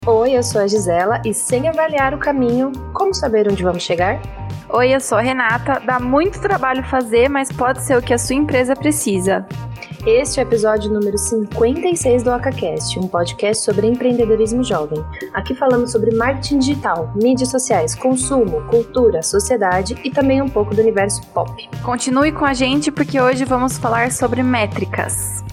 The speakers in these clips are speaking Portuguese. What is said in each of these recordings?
Oi, eu sou a Gisela e sem avaliar o caminho, como saber onde vamos chegar? Oi, eu sou a Renata. Dá muito trabalho fazer, mas pode ser o que a sua empresa precisa. Este é o episódio número 56 do OcaCast, um podcast sobre empreendedorismo jovem. Aqui falamos sobre marketing digital, mídias sociais, consumo, cultura, sociedade e também um pouco do universo pop. Continue com a gente porque hoje vamos falar sobre métricas.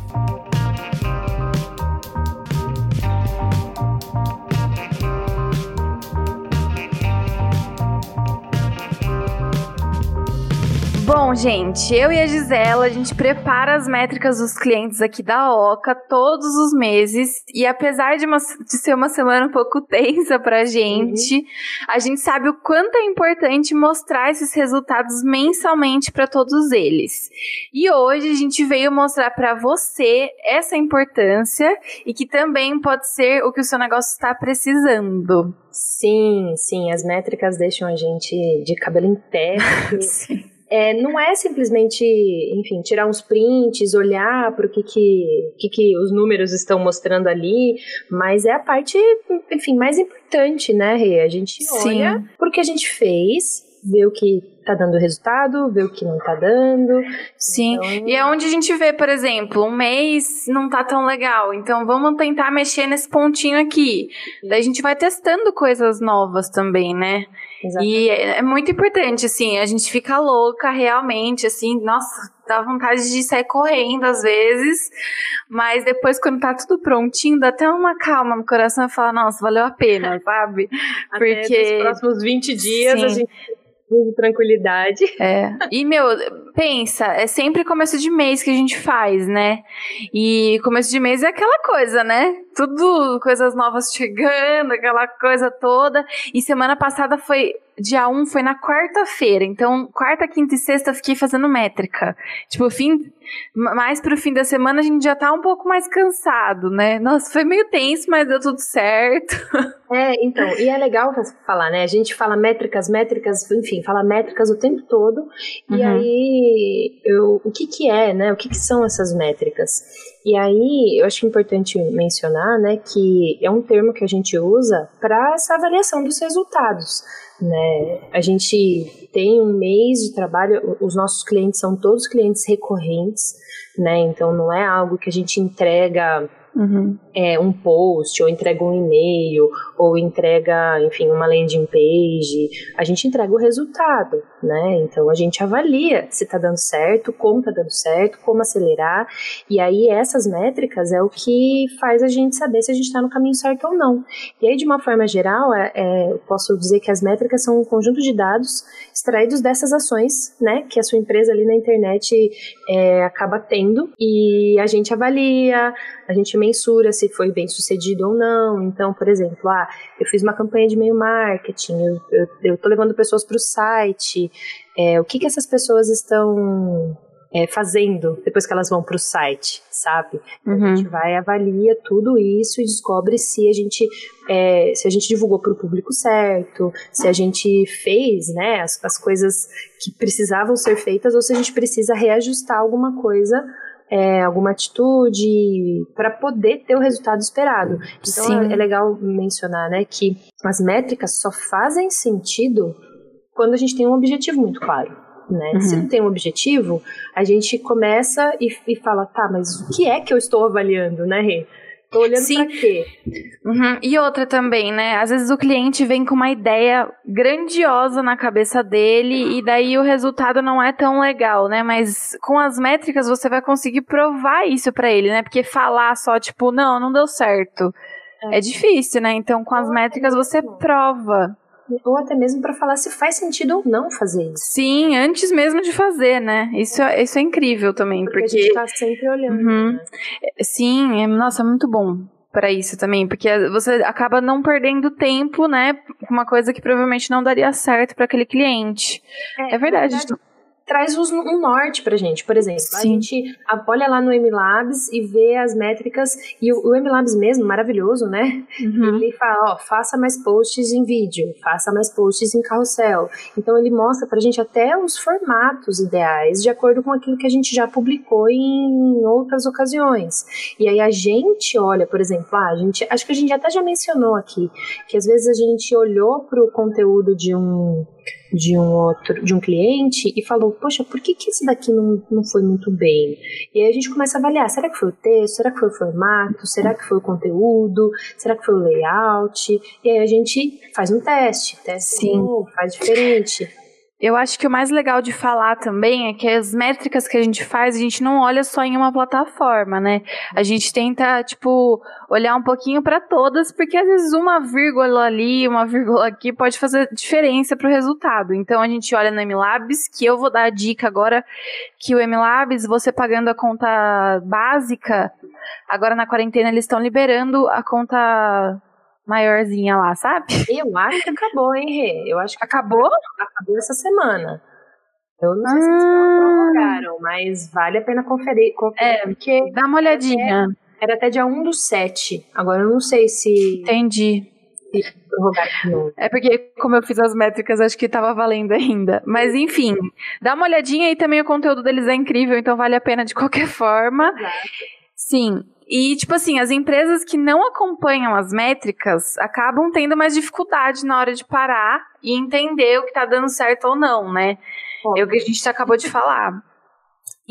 Bom, gente, eu e a Gisela, a gente prepara as métricas dos clientes aqui da Oca todos os meses e apesar de ser uma semana um pouco tensa pra gente, a gente sabe o quanto é importante mostrar esses resultados mensalmente para todos eles. E hoje a gente veio mostrar para você essa importância e que também pode ser o que o seu negócio está precisando. Sim, as métricas deixam a gente de cabelo em pé. Sim. Não é simplesmente, enfim, tirar uns prints, olhar para o que os números estão mostrando ali, mas é a parte, enfim, mais importante, né, Rê? A gente olha para o que a gente fez, vê o que tá dando resultado, vê o que não tá dando. Sim, então... e é onde a gente vê, por exemplo, um mês não tá tão legal, então vamos tentar mexer nesse pontinho aqui. Daí a gente vai testando coisas novas também, né? Exatamente. E é muito importante, assim, a gente fica louca realmente, assim, nossa, dá vontade de sair correndo às vezes, mas depois quando tá tudo prontinho, dá até uma calma no coração e fala, nossa, valeu a pena, sabe? Porque nos próximos 20 dias, sim, a gente... de tranquilidade. E, pensa, é sempre começo de mês que a gente faz, né? E começo de mês é aquela coisa, né? Tudo, coisas novas chegando, aquela coisa toda. E semana passada dia 1 foi na quarta-feira. Então, quarta, quinta e sexta eu fiquei fazendo métrica. Tipo, mais pro fim da semana a gente já tá um pouco mais cansado, né? Nossa, foi meio tenso, mas deu tudo certo. Então, e é legal falar, né? A gente fala métricas, enfim, fala métricas o tempo todo. E aí, o que é, né? O que são essas métricas? E aí, eu acho importante mencionar, né, que é um termo que a gente usa para essa avaliação dos resultados, né? A gente tem um mês de trabalho, os nossos clientes são todos clientes recorrentes, né? Então, não é algo que a gente entrega... um post, ou entrega um e-mail, ou entrega, enfim, uma landing page, a gente entrega o resultado, né? Então a gente avalia se tá dando certo, como tá dando certo, como acelerar, e aí essas métricas é o que faz a gente saber se a gente tá no caminho certo ou não. E aí, de uma forma geral, eu posso dizer que as métricas são um conjunto de dados extraídos dessas ações, né, que a sua empresa ali na internet acaba tendo, e a gente avalia, a gente mensura se foi bem sucedido ou não. Então, por exemplo, eu fiz uma campanha de e-mail marketing, eu tô levando pessoas para o site, o que essas pessoas estão fazendo depois que elas vão para o site, sabe? A gente vai, avalia tudo isso e descobre se a gente divulgou para o público certo, se a gente fez, né, as coisas que precisavam ser feitas, ou se a gente precisa reajustar alguma coisa, alguma atitude para poder ter o resultado esperado. Então, sim, é legal mencionar, né, que as métricas só fazem sentido quando a gente tem um objetivo muito claro, né? Se não tem um objetivo, a gente começa e fala, tá, mas o que é que eu estou avaliando, né, Rê? Tô olhando pra quê? E outra também, né? Às vezes o cliente vem com uma ideia grandiosa na cabeça dele e daí o resultado não é tão legal, né? Mas com as métricas você vai conseguir provar isso pra ele, né? Porque falar só, tipo, não deu certo. É difícil, né? Então com as métricas você prova. Ou até mesmo para falar se faz sentido ou não fazer isso. Sim, antes mesmo de fazer, né? Isso é incrível também. Porque a gente tá sempre olhando. Né? Sim, nossa, é muito bom para isso também. Porque você acaba não perdendo tempo, né? Uma coisa que provavelmente não daria certo para aquele cliente. É verdade. traz um norte pra gente. Por exemplo, a gente olha lá no MLabs e vê as métricas, e o MLabs mesmo, maravilhoso, né? Ele fala, faça mais posts em vídeo, faça mais posts em carrossel. Então ele mostra pra gente até os formatos ideais, de acordo com aquilo que a gente já publicou em outras ocasiões. E aí a gente olha, por exemplo, acho que a gente até já mencionou aqui, que às vezes a gente olhou pro conteúdo de um cliente e falou, poxa, por que esse daqui não foi muito bem? E aí a gente começa a avaliar, será que foi o texto? Será que foi o formato? Será que foi o conteúdo? Será que foi o layout? E aí a gente faz um teste faz diferente. Eu acho que o mais legal de falar também é que as métricas que a gente faz, a gente não olha só em uma plataforma, né? A gente tenta, olhar um pouquinho para todas, porque às vezes uma vírgula ali, uma vírgula aqui pode fazer diferença para o resultado. Então a gente olha no MLabs, que eu vou dar a dica agora, que o MLabs, você pagando a conta básica, agora na quarentena eles estão liberando a conta maiorzinha lá, sabe? Eu acho que acabou, hein, Rê? Eu acho que acabou? Acabou essa semana. Eu não sei se eles prorrogaram, mas vale a pena conferir porque dá uma olhadinha. Era até dia 1/7. Agora eu não sei se... Entendi. Se prorrogaram de novo. É porque, como eu fiz as métricas, acho que tava valendo ainda. Mas, enfim, dá uma olhadinha e também o conteúdo deles é incrível, então vale a pena de qualquer forma. Exato. Sim. E, as empresas que não acompanham as métricas acabam tendo mais dificuldade na hora de parar e entender o que tá dando certo ou não, né? É o que a gente acabou de falar. E,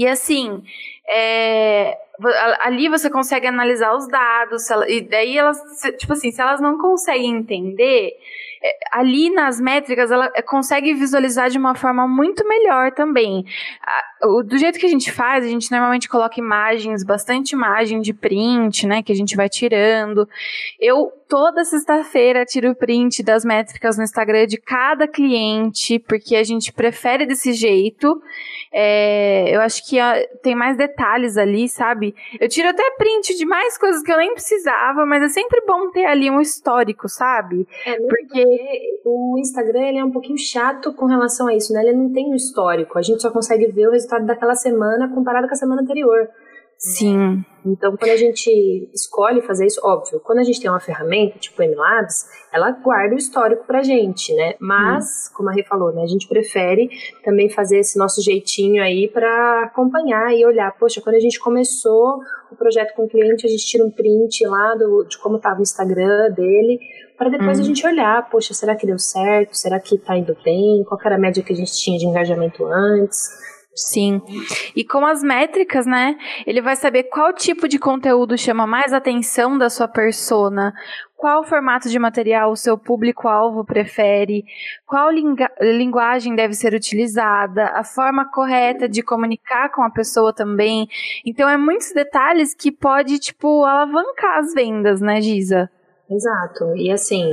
ali você consegue analisar os dados, e daí elas, se elas não conseguem entender, ali nas métricas ela consegue visualizar de uma forma muito melhor também. Do jeito que a gente faz, a gente normalmente coloca imagens, bastante imagem de print, né, que a gente vai tirando. Eu, toda sexta-feira, tiro print das métricas no Instagram de cada cliente, porque a gente prefere desse jeito. Eu acho que tem mais detalhes ali, sabe? Eu tiro até print de mais coisas que eu nem precisava, mas é sempre bom ter ali um histórico, sabe? Porque o Instagram ele é um pouquinho chato com relação a isso, né? Ele não tem um histórico, a gente só consegue ver o resultado daquela semana comparado com a semana anterior. Sim. Então, quando a gente escolhe fazer isso, óbvio, quando a gente tem uma ferramenta, tipo o MLabs, ela guarda o histórico pra gente, né? Mas, como a Rê falou, né, a gente prefere também fazer esse nosso jeitinho aí pra acompanhar e olhar, poxa, quando a gente começou o projeto com o cliente, a gente tira um print lá de como tava o Instagram dele, para depois a gente olhar, poxa, será que deu certo? Será que tá indo bem? Qual que era a média que a gente tinha de engajamento antes? Sim, e com as métricas, né, ele vai saber qual tipo de conteúdo chama mais atenção da sua persona, qual formato de material o seu público-alvo prefere, qual linguagem deve ser utilizada, a forma correta de comunicar com a pessoa também. Então, muitos detalhes que pode, alavancar as vendas, né, Giza? Exato, e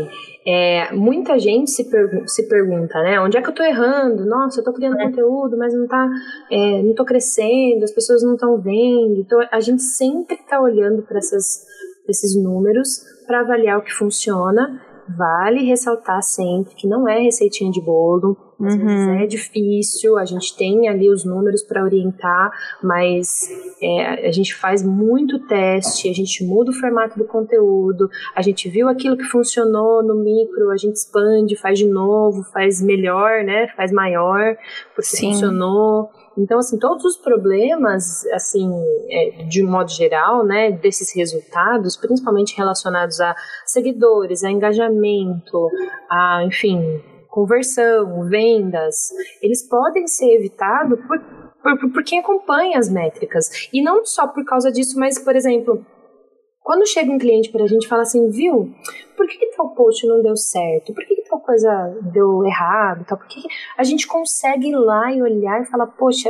muita gente se pergunta, né, onde é que eu tô errando? Nossa, eu tô criando conteúdo, mas não tô crescendo, as pessoas não estão vendo. Então a gente sempre tá olhando para esses números para avaliar o que funciona. Vale ressaltar sempre que não é receitinha de bolo, às vezes é difícil, a gente tem ali os números para orientar, mas a gente faz muito teste, a gente muda o formato do conteúdo, a gente viu aquilo que funcionou no micro, a gente expande, faz de novo, faz melhor, né, faz maior, porque funcionou. Então, todos os problemas, de um modo geral, né, desses resultados, principalmente relacionados a seguidores, a engajamento, a, enfim, conversão, vendas, eles podem ser evitados por quem acompanha as métricas. E não só por causa disso, mas, por exemplo, quando chega um cliente pra gente e fala assim, viu, por que tal post não deu certo? Por que tal coisa deu errado? Por que a gente consegue ir lá e olhar e falar, poxa,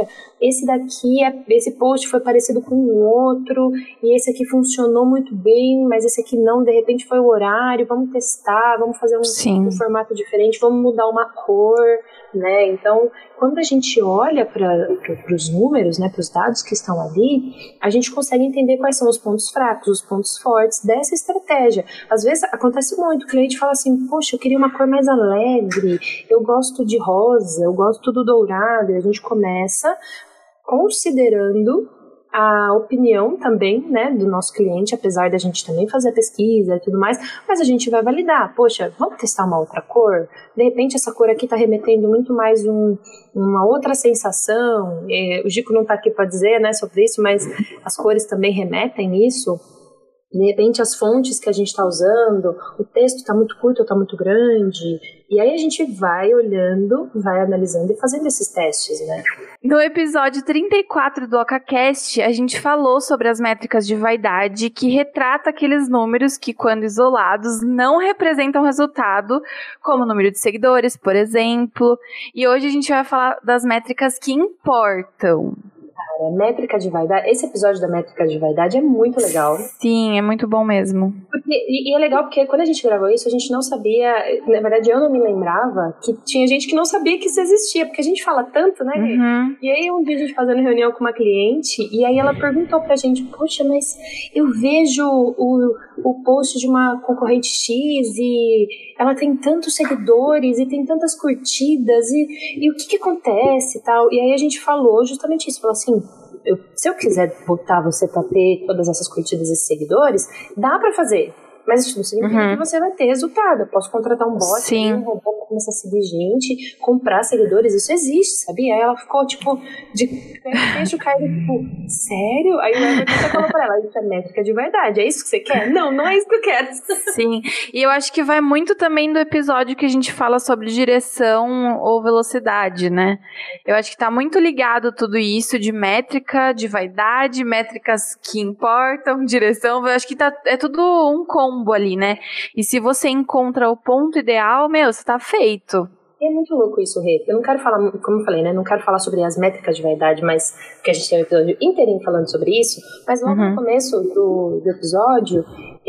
esse post foi parecido com o outro, e esse aqui funcionou muito bem, mas esse aqui não, de repente foi o horário, vamos testar, vamos fazer um formato diferente, vamos mudar uma cor, né? Então, quando a gente olha para os números, né, para os dados que estão ali, a gente consegue entender quais são os pontos fracos, os pontos fortes dessa estratégia. Às vezes acontece muito, o cliente fala assim, poxa, eu queria uma cor mais alegre, eu gosto de rosa, eu gosto do dourado. E a gente começa considerando a opinião também, né, do nosso cliente, apesar da gente também fazer a pesquisa e tudo mais, mas a gente vai validar. Poxa, vamos testar uma outra cor? De repente essa cor aqui está remetendo muito mais uma outra sensação. O Gico não está aqui para dizer, né, sobre isso, mas as cores também remetem isso. De repente as fontes que a gente está usando, o texto está muito curto ou está muito grande, e aí a gente vai olhando, vai analisando e fazendo esses testes, né? No episódio 34 do OcaCast, a gente falou sobre as métricas de vaidade, que retrata aqueles números que, quando isolados, não representam resultado, como o número de seguidores, por exemplo. E hoje a gente vai falar das métricas que importam. Métrica de vaidade, esse episódio da métrica de vaidade é muito legal. Sim, é muito bom mesmo. E é legal porque quando a gente gravou isso, a gente não sabia, na verdade eu não me lembrava que tinha gente que não sabia que isso existia, porque a gente fala tanto, né? Uhum. E aí um dia a gente fazendo reunião com uma cliente, e aí ela perguntou pra gente, poxa, mas eu vejo o post de uma concorrente X e ela tem tantos seguidores e tem tantas curtidas e o que acontece e tal. E aí a gente falou justamente isso, falou assim, se eu quiser botar você pra ter todas essas curtidas e seguidores, dá pra fazer. Mas isso não significa que você vai ter resultado. Eu posso contratar um bot, um robô que começa a seguir gente, comprar seguidores, isso existe, sabia? Aí ela ficou, tipo, de peixe caído, tipo, sério? Aí o Everton falou pra ela, isso é métrica de verdade, é isso que você quer? Não, não é isso que eu quero. Sim, e eu acho que vai muito também do episódio que a gente fala sobre direção ou velocidade, né? Eu acho que tá muito ligado tudo isso de métrica, de vaidade, métricas que importam, direção, eu acho que é tudo um combo ali, né? E se você encontra o ponto ideal, você tá feito. E é muito louco isso, Rê. Eu não quero falar, como eu falei, né? Não quero falar sobre as métricas de vaidade, mas porque a gente tem um episódio inteirinho falando sobre isso, mas logo no começo do episódio,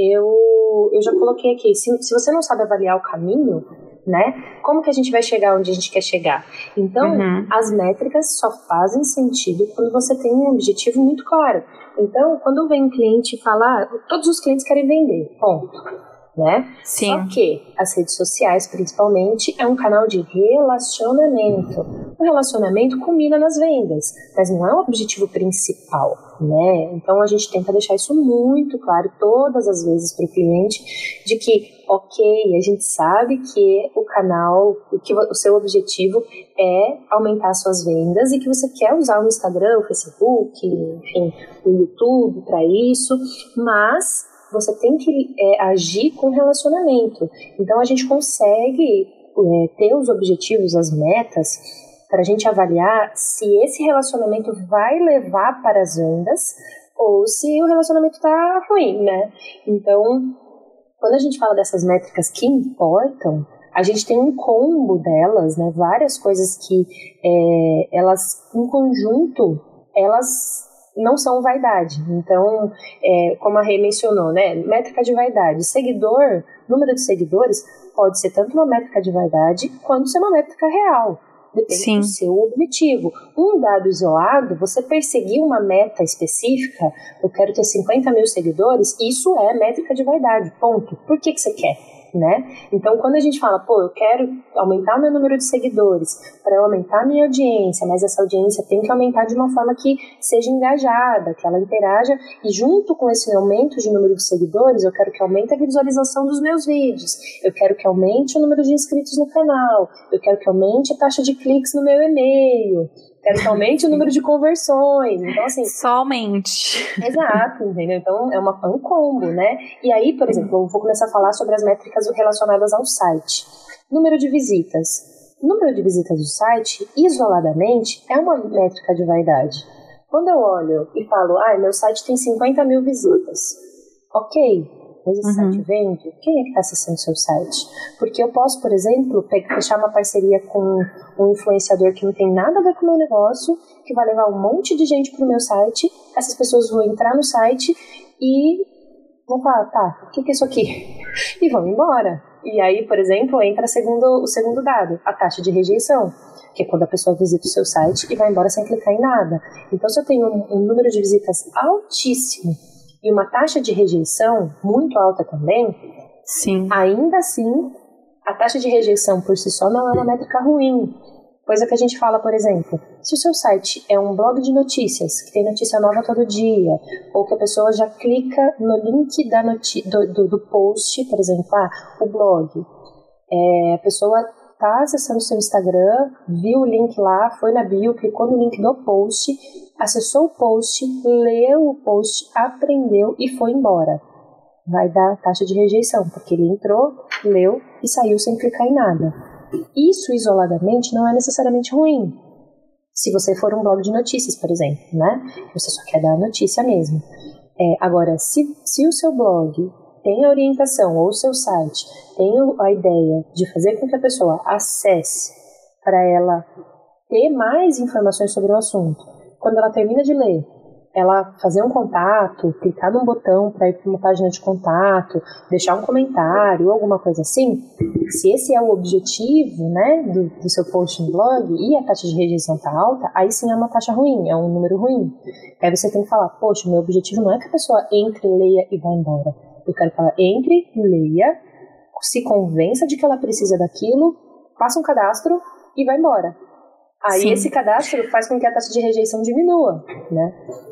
eu já coloquei aqui, se você não sabe avaliar o caminho, né? Como que a gente vai chegar onde a gente quer chegar? Então, as métricas só fazem sentido quando você tem um objetivo muito claro. Então, quando vem um cliente falar, todos os clientes querem vender, ponto, né? Sim. Só que as redes sociais, principalmente, é um canal de relacionamento. O relacionamento culmina nas vendas, mas não é o objetivo principal, né? Então, a gente tenta deixar isso muito claro todas as vezes para o cliente, de que, ok, a gente sabe que o canal, que o seu objetivo é aumentar suas vendas e que você quer usar o Instagram, o Facebook, enfim, o YouTube para isso, mas você tem que agir com relacionamento. Então a gente consegue ter os objetivos, as metas, para a gente avaliar se esse relacionamento vai levar para as vendas ou se o relacionamento está ruim, né? Então, quando a gente fala dessas métricas que importam, a gente tem um combo delas, né? Várias coisas que elas, em conjunto, elas não são vaidade. Então, como a Rê mencionou, né? Métrica de vaidade. Seguidor, número de seguidores, pode ser tanto uma métrica de vaidade quanto ser uma métrica real. Depende do seu objetivo. Um dado isolado, você perseguir uma meta específica, eu quero ter 50 mil seguidores, isso é métrica de vaidade, ponto. Por que você quer? Né? Então, quando a gente fala, eu quero aumentar o meu número de seguidores para eu aumentar a minha audiência, mas essa audiência tem que aumentar de uma forma que seja engajada, que ela interaja, e junto com esse aumento de número de seguidores, eu quero que aumente a visualização dos meus vídeos, eu quero que aumente o número de inscritos no canal, eu quero que aumente a taxa de cliques no meu e-mail, quero que aumente o número de conversões. Então, assim... Somente. Exato, entendeu? Então, é um combo, né? E aí, por exemplo, eu vou começar a falar sobre as métricas relacionadas ao site. Número de visitas. O número de visitas do site, isoladamente, é uma métrica de vaidade. Quando eu olho e falo, meu site tem 50 mil visitas. Ok, mas esse site vende? Quem é que está acessando o seu site? Porque eu posso, por exemplo, fechar uma parceria com um influenciador que não tem nada a ver com o meu negócio, que vai levar um monte de gente para o meu site, essas pessoas vão entrar no site e vão falar, o que é isso aqui? E vão embora. E aí, por exemplo, entra o segundo dado, a taxa de rejeição, que é quando a pessoa visita o seu site e vai embora sem clicar em nada. Então, se eu tenho um número de visitas altíssimo e uma taxa de rejeição muito alta também, ainda assim, A taxa de rejeição por si só não é uma métrica ruim. Coisa que a gente fala, por exemplo, se o seu site é um blog de notícias, que tem notícia nova todo dia, ou que a pessoa já clica no link do post, por exemplo, o blog, a pessoa está acessando o seu Instagram, viu o link lá, foi na bio, clicou no link do post, acessou o post, leu o post, aprendeu e foi embora. Vai dar taxa de rejeição, porque ele entrou, leu e saiu sem clicar em nada. Isso isoladamente não é necessariamente ruim. Se você for um blog de notícias, por exemplo, né? Você só quer dar a notícia mesmo. Agora, se o seu blog tem a orientação, ou o seu site tem a ideia de fazer com que a pessoa acesse para ela ter mais informações sobre o assunto, quando ela termina de ler, ela fazer um contato, clicar num botão para ir para uma página de contato, deixar um comentário, alguma coisa assim, se esse é o objetivo, né, do seu post no blog e a taxa de rejeição está alta, aí sim é uma taxa ruim, é um número ruim. Aí você tem que falar, poxa, o meu objetivo não é que a pessoa entre, leia e vá embora. Eu quero que ela entre, leia, se convença de que ela precisa daquilo, faça um cadastro e vá embora. Aí sim, esse cadastro faz com que a taxa de rejeição diminua, né?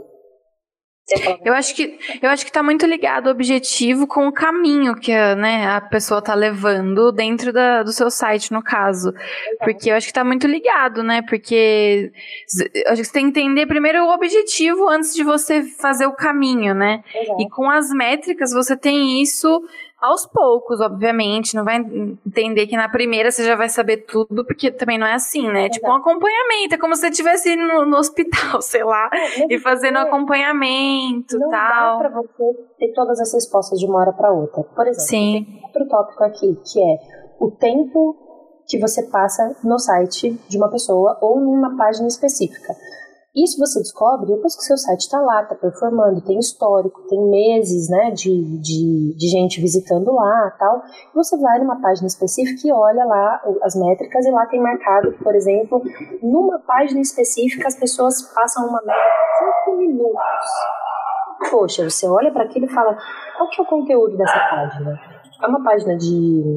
Eu acho que tá muito ligado o objetivo com o caminho que a pessoa tá levando dentro do seu site, no caso. Porque eu acho que tá muito ligado, né? Porque eu acho que você tem que entender primeiro o objetivo antes de você fazer o caminho, né? Exato. E com as métricas você tem isso aos poucos, obviamente, não vai entender que na primeira você já vai saber tudo, porque também não é assim, né? Exato. Tipo um acompanhamento, é como se você estivesse no hospital, sei lá, e fazendo acompanhamento e tal. Não dá pra você ter todas as respostas de uma hora pra outra. Por exemplo, sim, tem outro tópico aqui, que é o tempo que você passa no site de uma pessoa ou numa página específica. Isso você descobre depois que o seu site está lá, está performando, tem histórico, tem meses, né, de gente visitando lá, tal. Você vai numa página específica e olha lá as métricas e lá tem marcado que, por exemplo, numa página específica as pessoas passam uma média de 5 minutos. Poxa, você olha para aquilo e fala, qual que é o conteúdo dessa página? É uma página de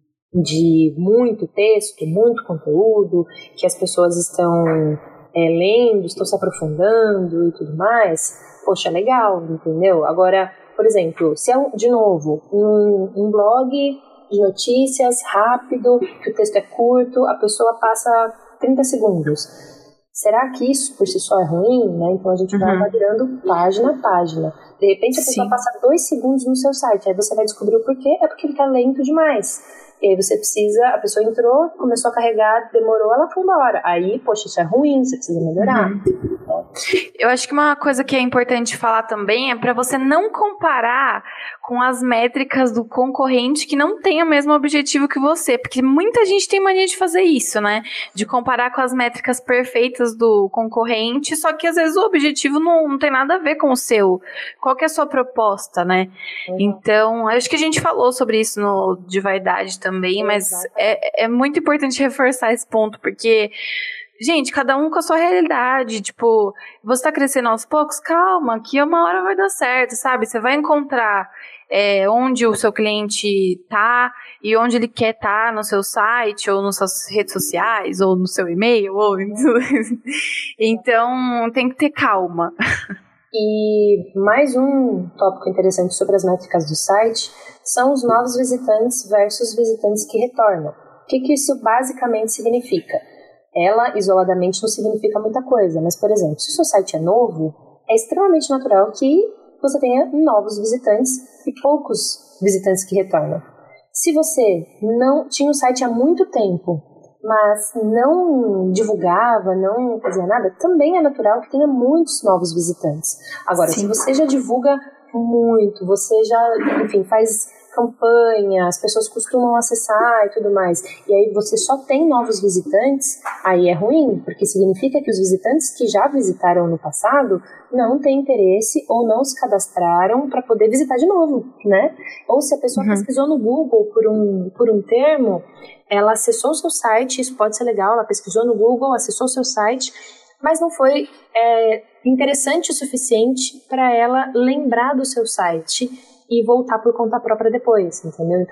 muito texto, muito conteúdo, que as pessoas estão lendo, estão se aprofundando e tudo mais, poxa, legal, entendeu? Agora, por exemplo, se é, de novo, um blog de notícias rápido, que o texto é curto, a pessoa passa 30 segundos. Será que isso por si só é ruim? Né? Então a gente vai avaliando página a página. De repente a pessoa passa 2 segundos no seu site, aí você vai descobrir o porquê, é porque ele está lento demais. E aí você precisa, a pessoa entrou, começou a carregar, demorou, ela foi embora. Aí, poxa, isso é ruim, você precisa melhorar. Eu acho que uma coisa que é importante falar também é para você não comparar com as métricas do concorrente que não tem o mesmo objetivo que você, porque muita gente tem mania de fazer isso, né? De comparar com as métricas perfeitas do concorrente, só que às vezes o objetivo não tem nada a ver com o seu. Qual que é a sua proposta, né? Então, acho que a gente falou sobre isso no De Vaidade também, mas é muito importante reforçar esse ponto, porque, gente, cada um com a sua realidade, tipo, você tá crescendo aos poucos, calma, que uma hora vai dar certo, sabe? Você vai encontrar onde o seu cliente tá e onde ele quer estar no seu site, ou nas suas redes sociais, ou no seu e-mail, ou em tudo. Então, tem que ter calma. E mais um tópico interessante sobre as métricas do site são os novos visitantes versus visitantes que retornam. O que isso basicamente significa? Ela, isoladamente, não significa muita coisa, mas, por exemplo, se o seu site é novo, é extremamente natural que você tenha novos visitantes e poucos visitantes que retornam. Se você não tinha um site há muito tempo, mas não divulgava, não fazia nada, também é natural que tenha muitos novos visitantes. Agora, se você já divulga muito, você já, enfim, faz campanha, as pessoas costumam acessar e tudo mais, e aí você só tem novos visitantes, aí é ruim, porque significa que os visitantes que já visitaram no passado não têm interesse ou não se cadastraram para poder visitar de novo, né? Ou se a pessoa pesquisou no Google por um termo, ela acessou o seu site, isso pode ser legal, ela pesquisou no Google, acessou o seu site, mas não foi interessante o suficiente para ela lembrar do seu site e voltar por conta própria depois, entendeu? Então,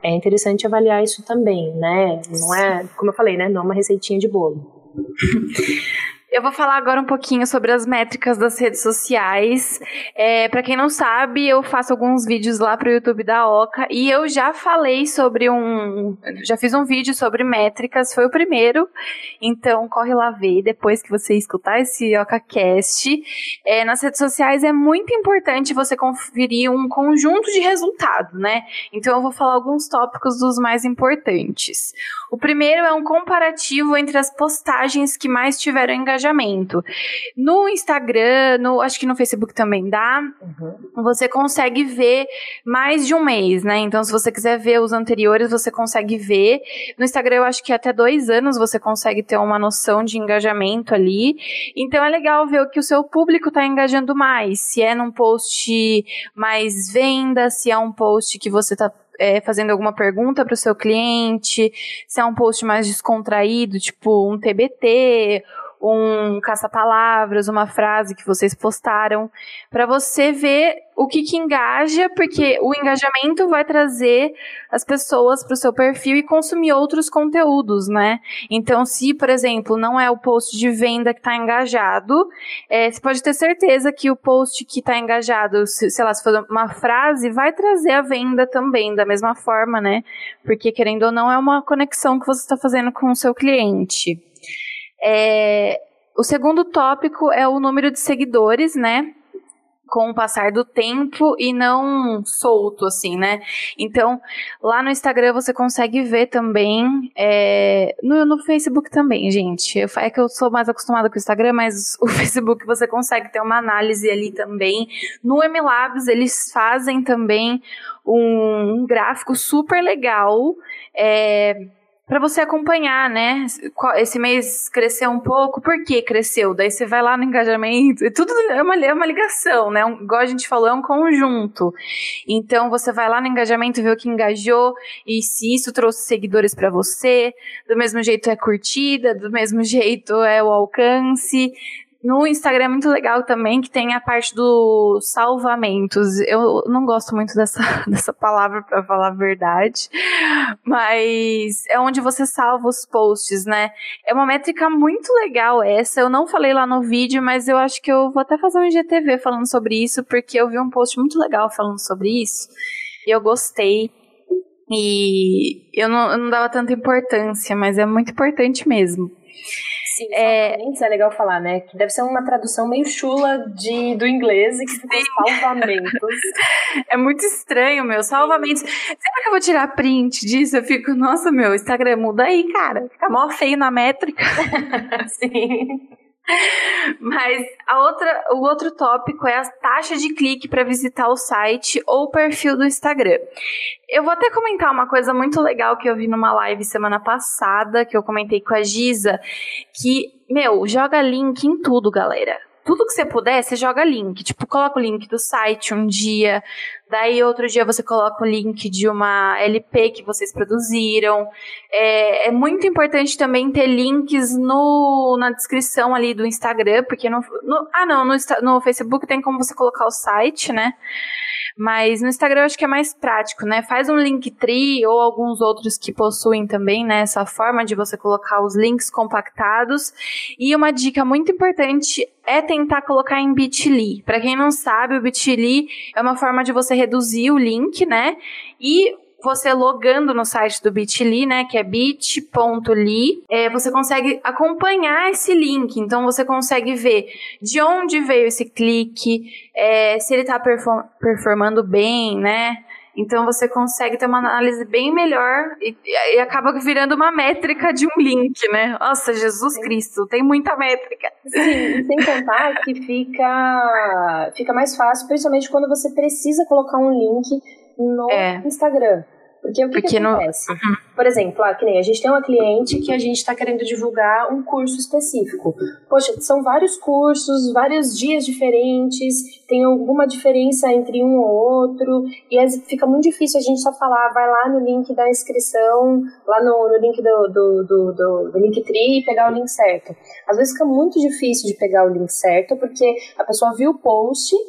é interessante avaliar isso também, né? Não é, como eu falei, né? Não é uma receitinha de bolo. Eu vou falar agora um pouquinho sobre as métricas das redes sociais. Para quem não sabe, eu faço alguns vídeos lá pro YouTube da Oca e eu já falei sobre já fiz um vídeo sobre métricas, foi o primeiro. Então corre lá ver depois que você escutar esse OcaCast. Nas redes sociais é muito importante você conferir um conjunto de resultados, né? Então eu vou falar alguns tópicos dos mais importantes. O primeiro é um comparativo entre as postagens que mais tiveram engajamento. No Instagram, acho que no Facebook também dá, você consegue ver mais de um mês, né? Então, se você quiser ver os anteriores, você consegue ver. No Instagram, eu acho que até 2 anos você consegue ter uma noção de engajamento ali. Então, é legal ver o que o seu público está engajando mais. Se é num post mais venda, se é um post que você está fazendo alguma pergunta para o seu cliente, se é um post mais descontraído, tipo um TBT, um caça-palavras, uma frase que vocês postaram, para você ver o que engaja, porque o engajamento vai trazer as pessoas para o seu perfil e consumir outros conteúdos, né? Então, se, por exemplo, não é o post de venda que está engajado, você pode ter certeza que o post que está engajado, sei lá, se for uma frase, vai trazer a venda também, da mesma forma, né? Porque, querendo ou não, é uma conexão que você está fazendo com o seu cliente. O segundo tópico é o número de seguidores, né? Com o passar do tempo e não solto, assim, né? Então, lá no Instagram você consegue ver também, no Facebook também, gente. É que eu sou mais acostumada com o Instagram, mas o Facebook você consegue ter uma análise ali também. No MLabs eles fazem também um gráfico super legal, para você acompanhar, né? Esse mês cresceu um pouco, por que cresceu? Daí você vai lá no engajamento, e tudo é uma ligação, né? Igual a gente falou, é um conjunto. Então você vai lá no engajamento, vê o que engajou, e se isso trouxe seguidores para você, do mesmo jeito é curtida, do mesmo jeito é o alcance. No Instagram é muito legal também que tem a parte dos salvamentos. Eu não gosto muito dessa palavra, pra falar a verdade, mas é onde você salva os posts, né? É uma métrica muito legal essa. Eu não falei lá no vídeo, mas eu acho que eu vou até fazer um IGTV falando sobre isso, porque eu vi um post muito legal falando sobre isso e eu gostei. E eu não dava tanta importância, mas é muito importante mesmo. Sim, salvamentos é legal falar, né? Que deve ser uma tradução meio chula do inglês e que ficou salvamentos. É muito estranho, meu. Salvamentos. Sempre que eu vou tirar print disso, eu fico, nossa, meu, Instagram muda aí, cara. Fica mó feio na métrica. Sim. Mas o outro tópico é a taxa de clique para visitar o site ou o perfil do Instagram. Eu vou até comentar uma coisa muito legal que eu vi numa live semana passada, que eu comentei com a Giza, que, joga link em tudo, galera. Tudo que você puder, você joga link. Tipo, coloca o link do site um dia, daí outro dia você coloca o link de uma LP que vocês produziram. É muito importante também ter links na descrição ali do Instagram, porque no Facebook tem como você colocar o site, né? Mas no Instagram eu acho que é mais prático, né? Faz um Linktree ou alguns outros que possuem também, né? Essa forma de você colocar os links compactados. E uma dica muito importante é tentar colocar em Bitly. Para quem não sabe, o Bitly é uma forma de você reduzir o link, né? E você logando no site do Bitly, né, que é bit.ly, você consegue acompanhar esse link. Então, você consegue ver de onde veio esse clique, se ele está performando bem, né? Então, você consegue ter uma análise bem melhor e acaba virando uma métrica de um link, né? Nossa, Jesus Cristo, tem muita métrica. Sim, sem contar que fica mais fácil, principalmente quando você precisa colocar um link no Instagram. Porque o que acontece? Por exemplo, que nem a gente tem uma cliente que a gente está querendo divulgar um curso específico. Poxa, são vários cursos, vários dias diferentes, tem alguma diferença entre um ou outro, e fica muito difícil a gente só falar, vai lá no link da inscrição, lá no link do Linktree e pegar o link certo. Às vezes fica muito difícil de pegar o link certo, porque a pessoa viu o post,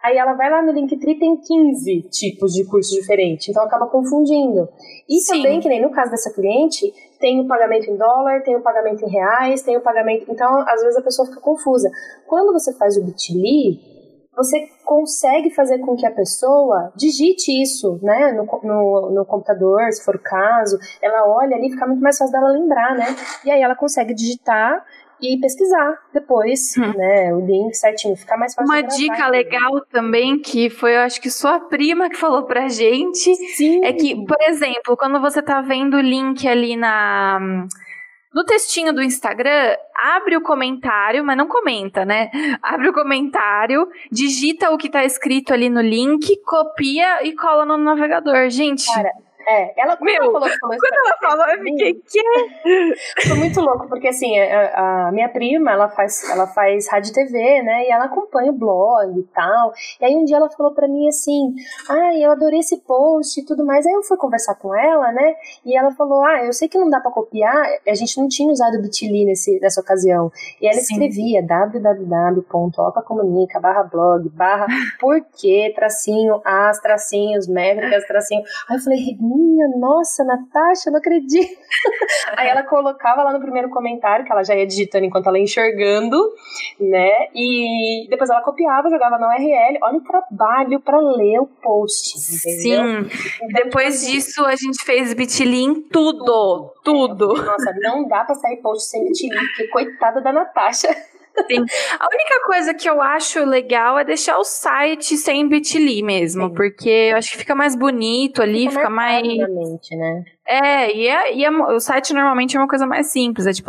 Aí ela vai lá no Linktree, tem 15 tipos de curso diferentes, então acaba confundindo. E Sim. também, que nem no caso dessa cliente, tem o pagamento em dólar, tem o pagamento em reais, tem o pagamento... Então, às vezes a pessoa fica confusa. Quando você faz o Bitly, você consegue fazer com que a pessoa digite isso, né, no computador, se for o caso. Ela olha ali, fica muito mais fácil dela lembrar, né? E aí ela consegue digitar e pesquisar depois, né, o link certinho, fica mais fácil. Uma dica legal também, que foi, eu acho que sua prima que falou pra gente, Sim. É que, por exemplo, quando você tá vendo o link ali no textinho do Instagram, abre o comentário, mas não comenta, né? Abre o comentário, digita o que tá escrito ali no link, copia e cola no navegador. Gente... Cara, ela, quando ela falou, eu fiquei, que? Foi muito louco, porque assim, a minha prima, ela faz rádio e TV, né, e ela acompanha o blog e tal, e aí um dia ela falou pra mim assim, eu adorei esse post e tudo mais, aí eu fui conversar com ela, né, e ela falou, eu sei que não dá pra copiar, a gente não tinha usado o Bitly nessa ocasião, e ela escrevia www.ocacomunica.blog, porque, tracinho, as, tracinhos, métricas, tracinho, aí eu falei, minha nossa, Natasha, não acredito. Aí ela colocava lá no primeiro comentário, que ela já ia digitando enquanto ela ia enxergando, né? E depois ela copiava, jogava na URL. Olha o trabalho pra ler o post, entendeu? Sim. Depois disso, a gente fez Bitly em tudo. Nossa, não dá pra sair post sem Bitly, porque coitada da Natasha. Sim. A única coisa que eu acho legal é deixar o site sem Bitly mesmo, porque eu acho que fica mais bonito ali, fica mais... mente, né? O site normalmente é uma coisa mais simples, é tipo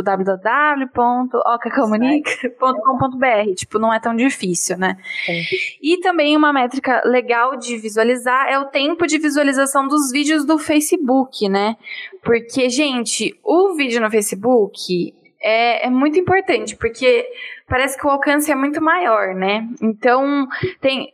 www.ocacomunica.com.br, tipo, não é tão difícil, né? Sim. E também uma métrica legal de visualizar é o tempo de visualização dos vídeos do Facebook, né? Porque, gente, o vídeo no Facebook... É muito importante, porque parece que o alcance é muito maior, né? Então, tem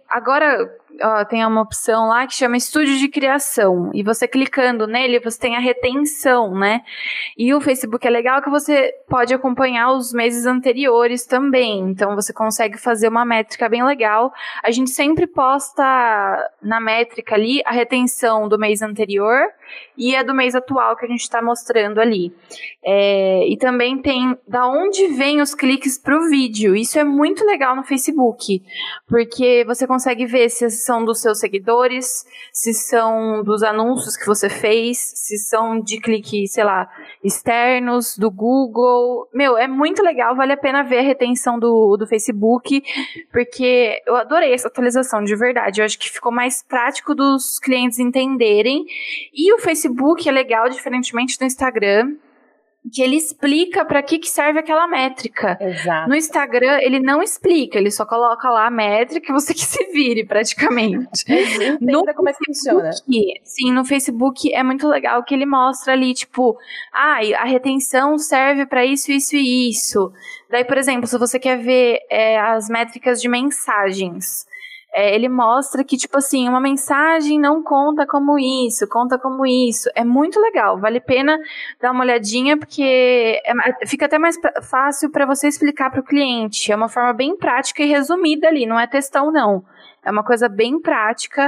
uma opção lá que chama Estúdio de Criação, e você clicando nele, você tem a retenção, né? E o Facebook é legal que você pode acompanhar os meses anteriores também, então você consegue fazer uma métrica bem legal. A gente sempre posta na métrica ali a retenção do mês anterior e a do mês atual que a gente está mostrando ali. E também tem da onde vem os cliques para o vídeo. Isso é muito legal no Facebook, porque você consegue ver se são dos seus seguidores, se são dos anúncios que você fez, se são de clique, sei lá, externos, do Google. É muito legal, vale a pena ver a retenção do Facebook, porque eu adorei essa atualização, de verdade. Eu acho que ficou mais prático dos clientes entenderem. E o Facebook é legal, diferentemente do Instagram, que ele explica para que serve aquela métrica. Exato. No Instagram, ele não explica, ele só coloca lá a métrica e você que se vire, praticamente. Entenda como é que funciona. Sim, no Facebook é muito legal que ele mostra ali, tipo, a retenção serve para isso, isso e isso. Daí, por exemplo, se você quer ver as métricas de mensagens, ele mostra que, tipo assim, uma mensagem não conta como isso, conta como isso. É muito legal, vale a pena dar uma olhadinha, porque fica até mais fácil para você explicar para o cliente. É uma forma bem prática e resumida ali, não é textão, não. É uma coisa bem prática.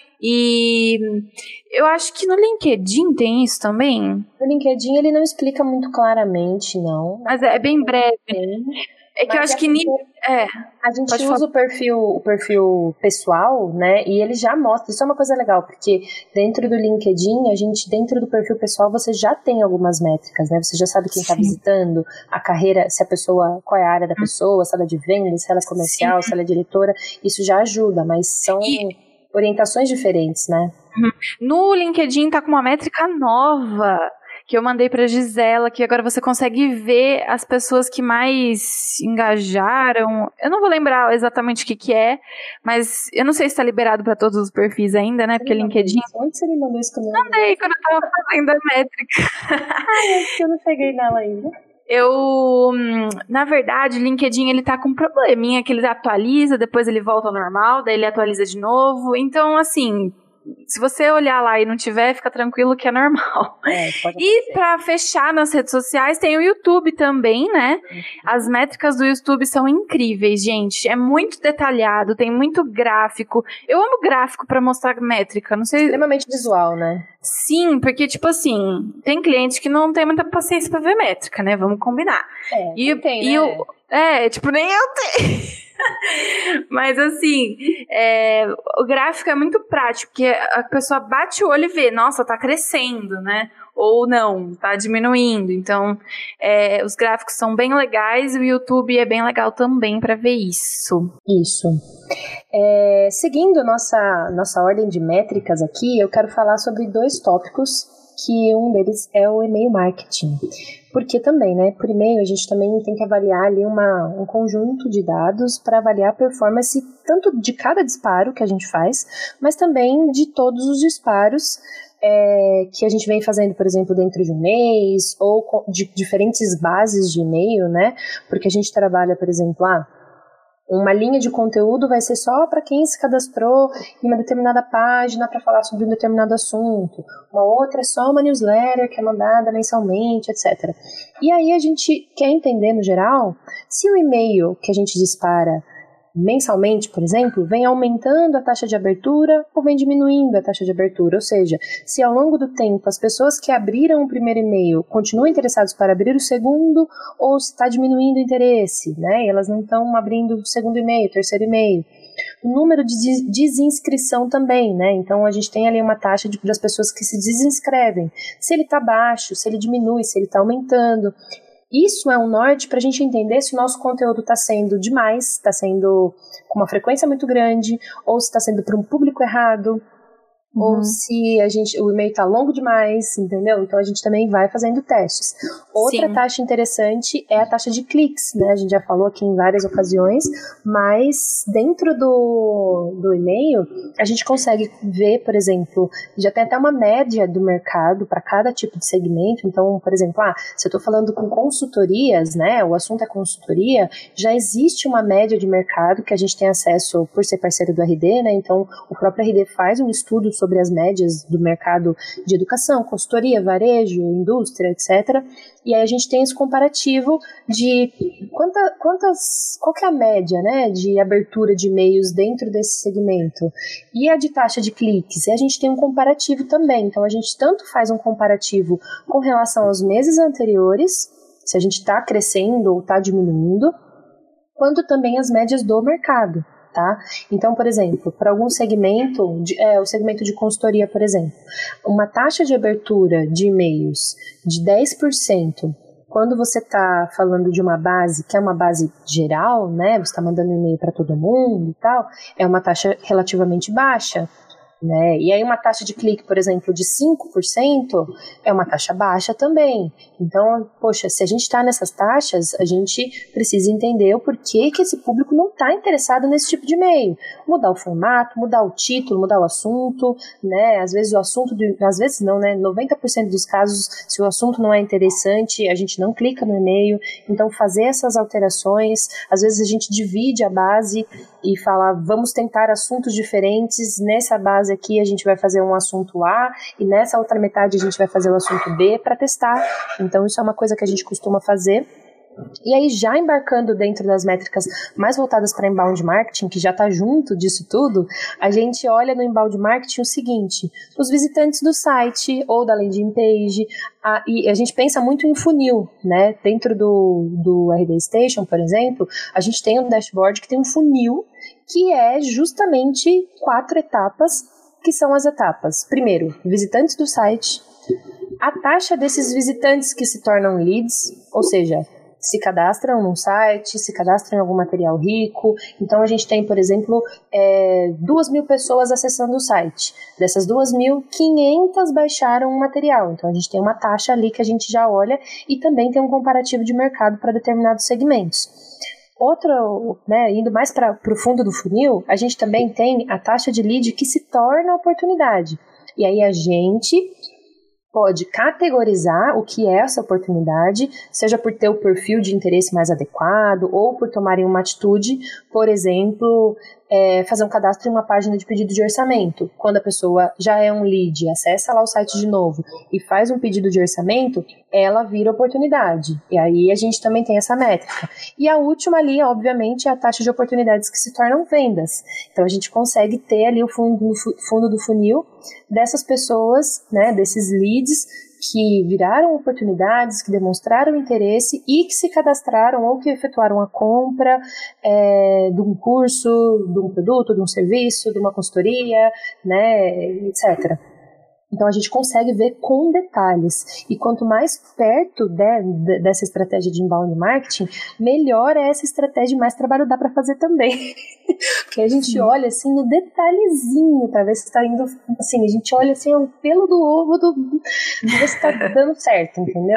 E eu acho que no LinkedIn tem isso também. No LinkedIn ele não explica muito claramente, não. Mas é bem breve. É que eu acho que... A gente usa o perfil pessoal, né, e ele já mostra, isso é uma coisa legal, porque dentro do LinkedIn, dentro do perfil pessoal, você já tem algumas métricas, né, você já sabe quem está visitando, a carreira, qual é a área da pessoa, se ela é de venda, se ela é comercial, se ela é diretora, isso já ajuda, mas são orientações diferentes, né. No LinkedIn tá com uma métrica nova, que eu mandei pra Gisela, que agora você consegue ver as pessoas que mais engajaram. Eu não vou lembrar exatamente o que é, mas eu não sei se tá liberado pra todos os perfis ainda, né? Porque LinkedIn... Onde você me mandou isso comigo? Mandei quando eu tava fazendo a métrica. Eu não peguei nela ainda. Na verdade, o LinkedIn, ele tá com um probleminha, que ele atualiza, depois ele volta ao normal, daí ele atualiza de novo. Então, assim... se você olhar lá e não tiver, fica tranquilo que é normal. E pra fechar nas redes sociais, tem o YouTube também, né? As métricas do YouTube são incríveis, gente. É muito detalhado, tem muito gráfico. Eu amo gráfico pra mostrar métrica, não sei... Extremamente visual, né? Sim, porque, tipo assim, tem cliente que não tem muita paciência pra ver métrica, né? Vamos combinar. Tipo, nem eu tenho. Mas assim, o gráfico é muito prático, porque a pessoa bate o olho e vê, nossa, tá crescendo, né? Ou não, tá diminuindo. Então, os gráficos são bem legais e o YouTube é bem legal também pra ver isso. Isso. Seguindo nossa ordem de métricas aqui, eu quero falar sobre 2 tópicos, que um deles é o e-mail marketing. Porque também, né, por e-mail a gente também tem que avaliar ali um conjunto de dados para avaliar a performance tanto de cada disparo que a gente faz, mas também de todos os disparos que a gente vem fazendo, por exemplo, dentro de um mês, ou de diferentes bases de e-mail, né, porque a gente trabalha, por exemplo, uma linha de conteúdo vai ser só para quem se cadastrou em uma determinada página para falar sobre um determinado assunto. Uma outra é só uma newsletter que é mandada mensalmente, etc. E aí a gente quer entender, no geral, se o e-mail que a gente dispara mensalmente, por exemplo, vem aumentando a taxa de abertura ou vem diminuindo a taxa de abertura. Ou seja, se ao longo do tempo as pessoas que abriram o primeiro e-mail continuam interessadas para abrir o segundo, ou se está diminuindo o interesse, né? E elas não estão abrindo o segundo e-mail, o terceiro e-mail. O número de desinscrição também, né? Então a gente tem ali uma taxa das pessoas que se desinscrevem. Se ele está baixo, se ele diminui, se ele está aumentando. Isso é um norte para a gente entender se o nosso conteúdo está sendo demais, está sendo com uma frequência muito grande, ou se está sendo para um público errado, ou se o e-mail está longo demais, entendeu? Então a gente também vai fazendo testes. Outra taxa interessante é a taxa de cliques, né? A gente já falou aqui em várias ocasiões, mas dentro do e-mail a gente consegue ver, por exemplo, já tem até uma média do mercado para cada tipo de segmento. Então, por exemplo, se eu estou falando com consultorias, né? O assunto é consultoria, já existe uma média de mercado que a gente tem acesso por ser parceiro do RD, né? Então o próprio RD faz um estudo sobre as médias do mercado de educação, consultoria, varejo, indústria, etc. E aí a gente tem esse comparativo de qual que é a média, né, de abertura de e-mails dentro desse segmento. E a de taxa de cliques. E a gente tem um comparativo também. Então a gente tanto faz um comparativo com relação aos meses anteriores, se a gente está crescendo ou está diminuindo, quanto também as médias do mercado. Tá? Então, por exemplo, para algum segmento, o segmento de consultoria, por exemplo, uma taxa de abertura de e-mails de 10%, quando você está falando de uma base, que é uma base geral, né, você está mandando e-mail para todo mundo e tal, é uma taxa relativamente baixa. Né? E aí uma taxa de clique, por exemplo, de 5% é uma taxa baixa também. Então, poxa, se a gente está nessas taxas, a gente precisa entender o porquê que esse público não está interessado nesse tipo de e-mail. Mudar o formato, mudar o título, mudar o assunto, né? Às vezes o assunto, às vezes não, né? 90% dos casos, se o assunto não é interessante, a gente não clica no e-mail. Então, fazer essas alterações, às vezes a gente divide a base e fala, vamos tentar assuntos diferentes, nessa base aqui a gente vai fazer um assunto A e nessa outra metade a gente vai fazer o assunto B para testar. Então isso é uma coisa que a gente costuma fazer. E aí, já embarcando dentro das métricas mais voltadas para inbound marketing, que já está junto disso tudo, a gente olha no inbound marketing o seguinte: os visitantes do site ou da landing page, e a gente pensa muito em funil, né? Dentro do RD Station, por exemplo, a gente tem um dashboard que tem um funil que é justamente 4 etapas, que são as etapas. Primeiro, visitantes do site, a taxa desses visitantes que se tornam leads, ou seja, se cadastram num site, se cadastram em algum material rico. Então a gente tem, por exemplo, 2.000 pessoas acessando o site. Dessas 2.000, 500 baixaram um material. Então a gente tem uma taxa ali que a gente já olha e também tem um comparativo de mercado para determinados segmentos. Outro, né, indo mais para o fundo do funil, a gente também tem a taxa de lead que se torna oportunidade. E aí a gente pode categorizar o que é essa oportunidade, seja por ter o perfil de interesse mais adequado ou por tomarem uma atitude, por exemplo, fazer um cadastro em uma página de pedido de orçamento. Quando a pessoa já é um lead, acessa lá o site de novo e faz um pedido de orçamento, ela vira oportunidade. E aí a gente também tem essa métrica. E a última ali, obviamente, é a taxa de oportunidades que se tornam vendas. Então a gente consegue ter ali o fundo do funil dessas pessoas, né, desses leads, que viraram oportunidades, que demonstraram interesse e que se cadastraram ou que efetuaram a compra de um curso, de um produto, de um serviço, de uma consultoria, né, etc. Então a gente consegue ver com detalhes. E quanto mais perto dessa estratégia de inbound marketing, melhor é essa estratégia e mais trabalho dá para fazer também. Porque a gente olha assim no detalhezinho para ver se está indo. Assim, a gente olha assim o pelo do ovo do ver se está dando certo, entendeu?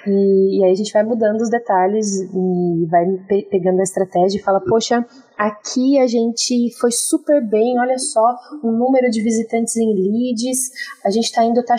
E aí a gente vai mudando os detalhes e vai pegando a estratégia e fala, poxa, aqui a gente foi super bem, olha só, o número de visitantes em leads, a gente está indo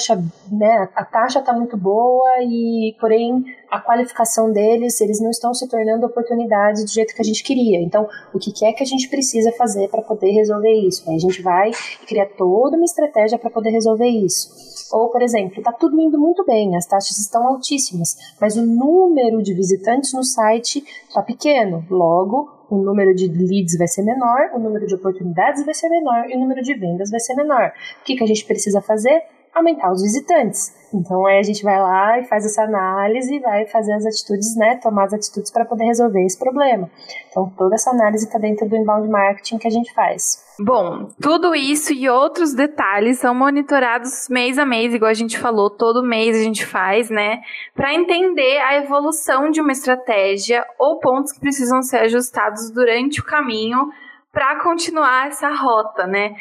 a taxa está muito boa, e porém a qualificação deles, eles não estão se tornando oportunidades do jeito que a gente queria. Então, o que é que a gente precisa fazer para poder resolver isso? Aí a gente vai e cria toda uma estratégia para poder resolver isso. Ou, por exemplo, está tudo indo muito bem, as taxas estão altíssimas, mas o número de visitantes no site está pequeno, logo o número de leads vai ser menor, o número de oportunidades vai ser menor e o número de vendas vai ser menor. O que a gente precisa fazer? Aumentar os visitantes. Então aí a gente vai lá e faz essa análise e vai fazer as atitudes, né, tomar as atitudes para poder resolver esse problema. Então toda essa análise está dentro do inbound marketing que a gente faz. Bom, tudo isso e outros detalhes são monitorados mês a mês, igual a gente falou, todo mês a gente faz, né, para entender a evolução de uma estratégia ou pontos que precisam ser ajustados durante o caminho para continuar essa rota, né?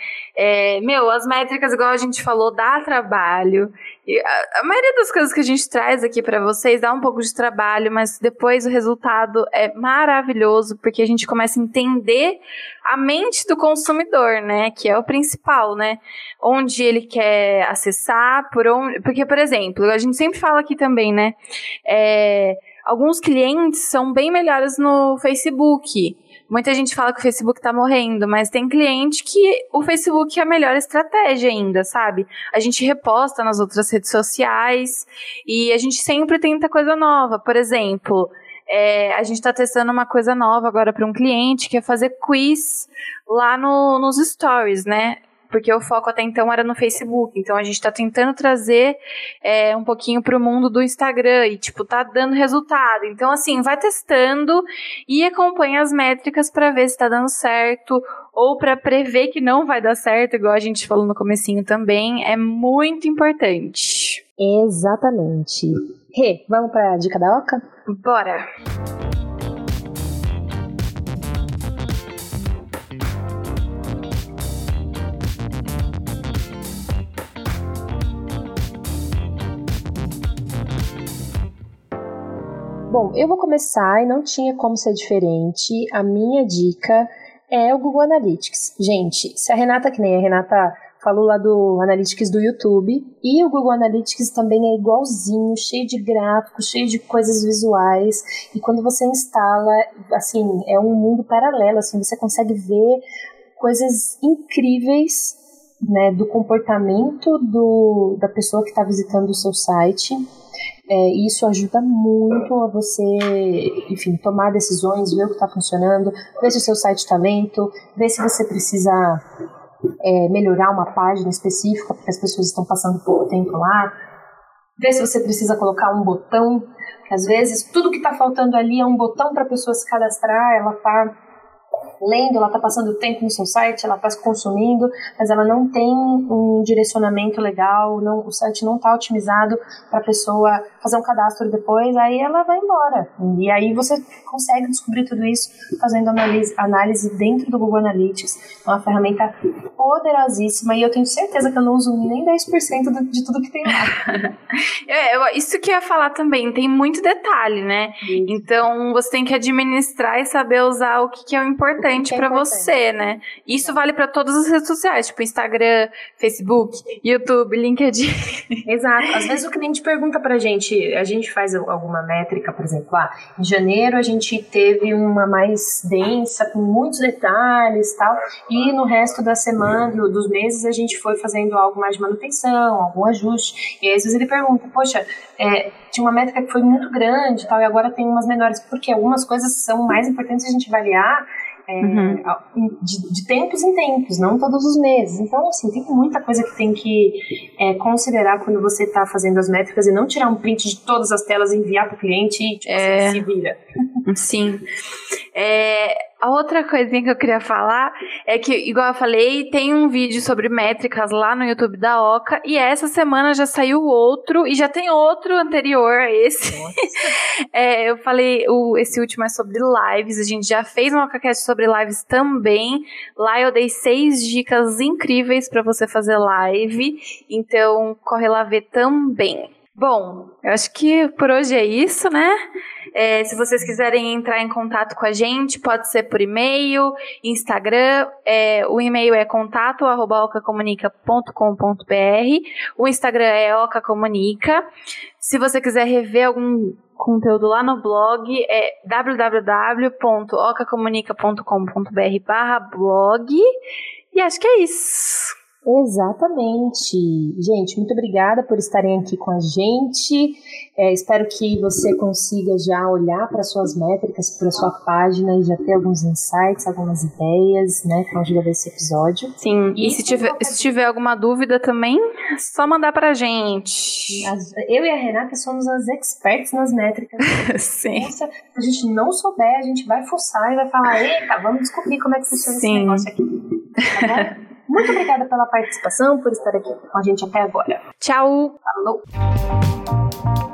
As métricas, igual a gente falou, dá trabalho. E a maioria das coisas que a gente traz aqui para vocês dá um pouco de trabalho, mas depois o resultado é maravilhoso, porque a gente começa a entender a mente do consumidor, né? Que é o principal, né? Onde ele quer acessar, porque, por exemplo, a gente sempre fala aqui também, né? Alguns clientes são bem melhores no Facebook. Muita gente fala que o Facebook tá morrendo, mas tem cliente que o Facebook é a melhor estratégia ainda, sabe? A gente reposta nas outras redes sociais e a gente sempre tenta coisa nova. Por exemplo, a gente tá testando uma coisa nova agora para um cliente, que é fazer quiz lá nos stories, né? Porque o foco até então era no Facebook. Então a gente está tentando trazer um pouquinho para o mundo do Instagram e, tá dando resultado. Então, assim, vai testando e acompanha as métricas para ver se está dando certo ou para prever que não vai dar certo, igual a gente falou no comecinho também. É muito importante. Exatamente. Rê, vamos para a dica da Oca? Bora! Bom, eu vou começar e não tinha como ser diferente. A minha dica é o Google Analytics. Gente, se a Renata, que nem a Renata falou lá do Analytics do YouTube, e o Google Analytics também é igualzinho, cheio de gráficos, cheio de coisas visuais, e quando você instala, assim, é um mundo paralelo, assim, você consegue ver coisas incríveis, né, do comportamento da pessoa que está visitando o seu site. E isso ajuda muito a você, enfim, tomar decisões, ver o que está funcionando, ver se o seu site está lento, ver se você precisa melhorar uma página específica porque as pessoas estão passando pouco tempo lá, ver se você precisa colocar um botão, porque às vezes tudo que está faltando ali é um botão para a pessoa se cadastrar, ela está lendo, ela está passando tempo no seu site, ela está consumindo, mas ela não tem um direcionamento legal, o site não está otimizado para a pessoa fazer um cadastro depois, aí ela vai embora. E aí você consegue descobrir tudo isso fazendo análise dentro do Google Analytics. É uma ferramenta poderosíssima e eu tenho certeza que eu não uso nem 10% de tudo que tem lá. Isso que eu ia falar também, tem muito detalhe, né? Então você tem que administrar e saber usar o que é o importante. importante para você, né? Isso vale para todas as redes sociais, tipo Instagram, Facebook, YouTube, LinkedIn. Exato. Às vezes o cliente pergunta pra gente, a gente faz alguma métrica, por exemplo, em janeiro a gente teve uma mais densa, com muitos detalhes e tal, e no resto da semana, dos meses, a gente foi fazendo algo mais de manutenção, algum ajuste. E aí, às vezes ele pergunta, poxa, tinha uma métrica que foi muito grande e tal, e agora tem umas menores, porque algumas coisas são mais importantes a gente avaliar de tempos em tempos, não todos os meses. Então, assim, tem muita coisa que tem que considerar quando você está fazendo as métricas e não tirar um print de todas as telas e enviar para o cliente e você se vira. Sim. A outra coisinha que eu queria falar é que, igual eu falei, tem um vídeo sobre métricas lá no YouTube da Oca, e essa semana já saiu outro, e já tem outro anterior a esse. Eu falei, esse último é sobre lives, a gente já fez um OcaCast sobre lives também. Lá eu dei 6 dicas incríveis para você fazer live, então corre lá ver também. Bom, eu acho que por hoje é isso, né? Se vocês quiserem entrar em contato com a gente, pode ser por e-mail, Instagram, o e-mail é contato@ocacomunica.com.br, o Instagram é ocacomunica. Se você quiser rever algum conteúdo lá no blog, é www.ocacomunica.com.br/blog, e acho que é isso. Exatamente. Gente, muito obrigada por estarem aqui com a gente. Espero que você consiga já olhar para suas métricas, para sua página e já ter alguns insights, algumas ideias, né, com a ajuda desse episódio. Sim, e se tiver alguma dúvida também, é só mandar pra gente. Eu e a Renata somos as experts nas métricas. Sim. Se a gente não souber, a gente vai fuçar e vai falar, eita, vamos descobrir como é que funciona esse negócio aqui. Tá bom? Muito obrigada pela participação, por estar aqui com a gente até agora. Tchau! Falou!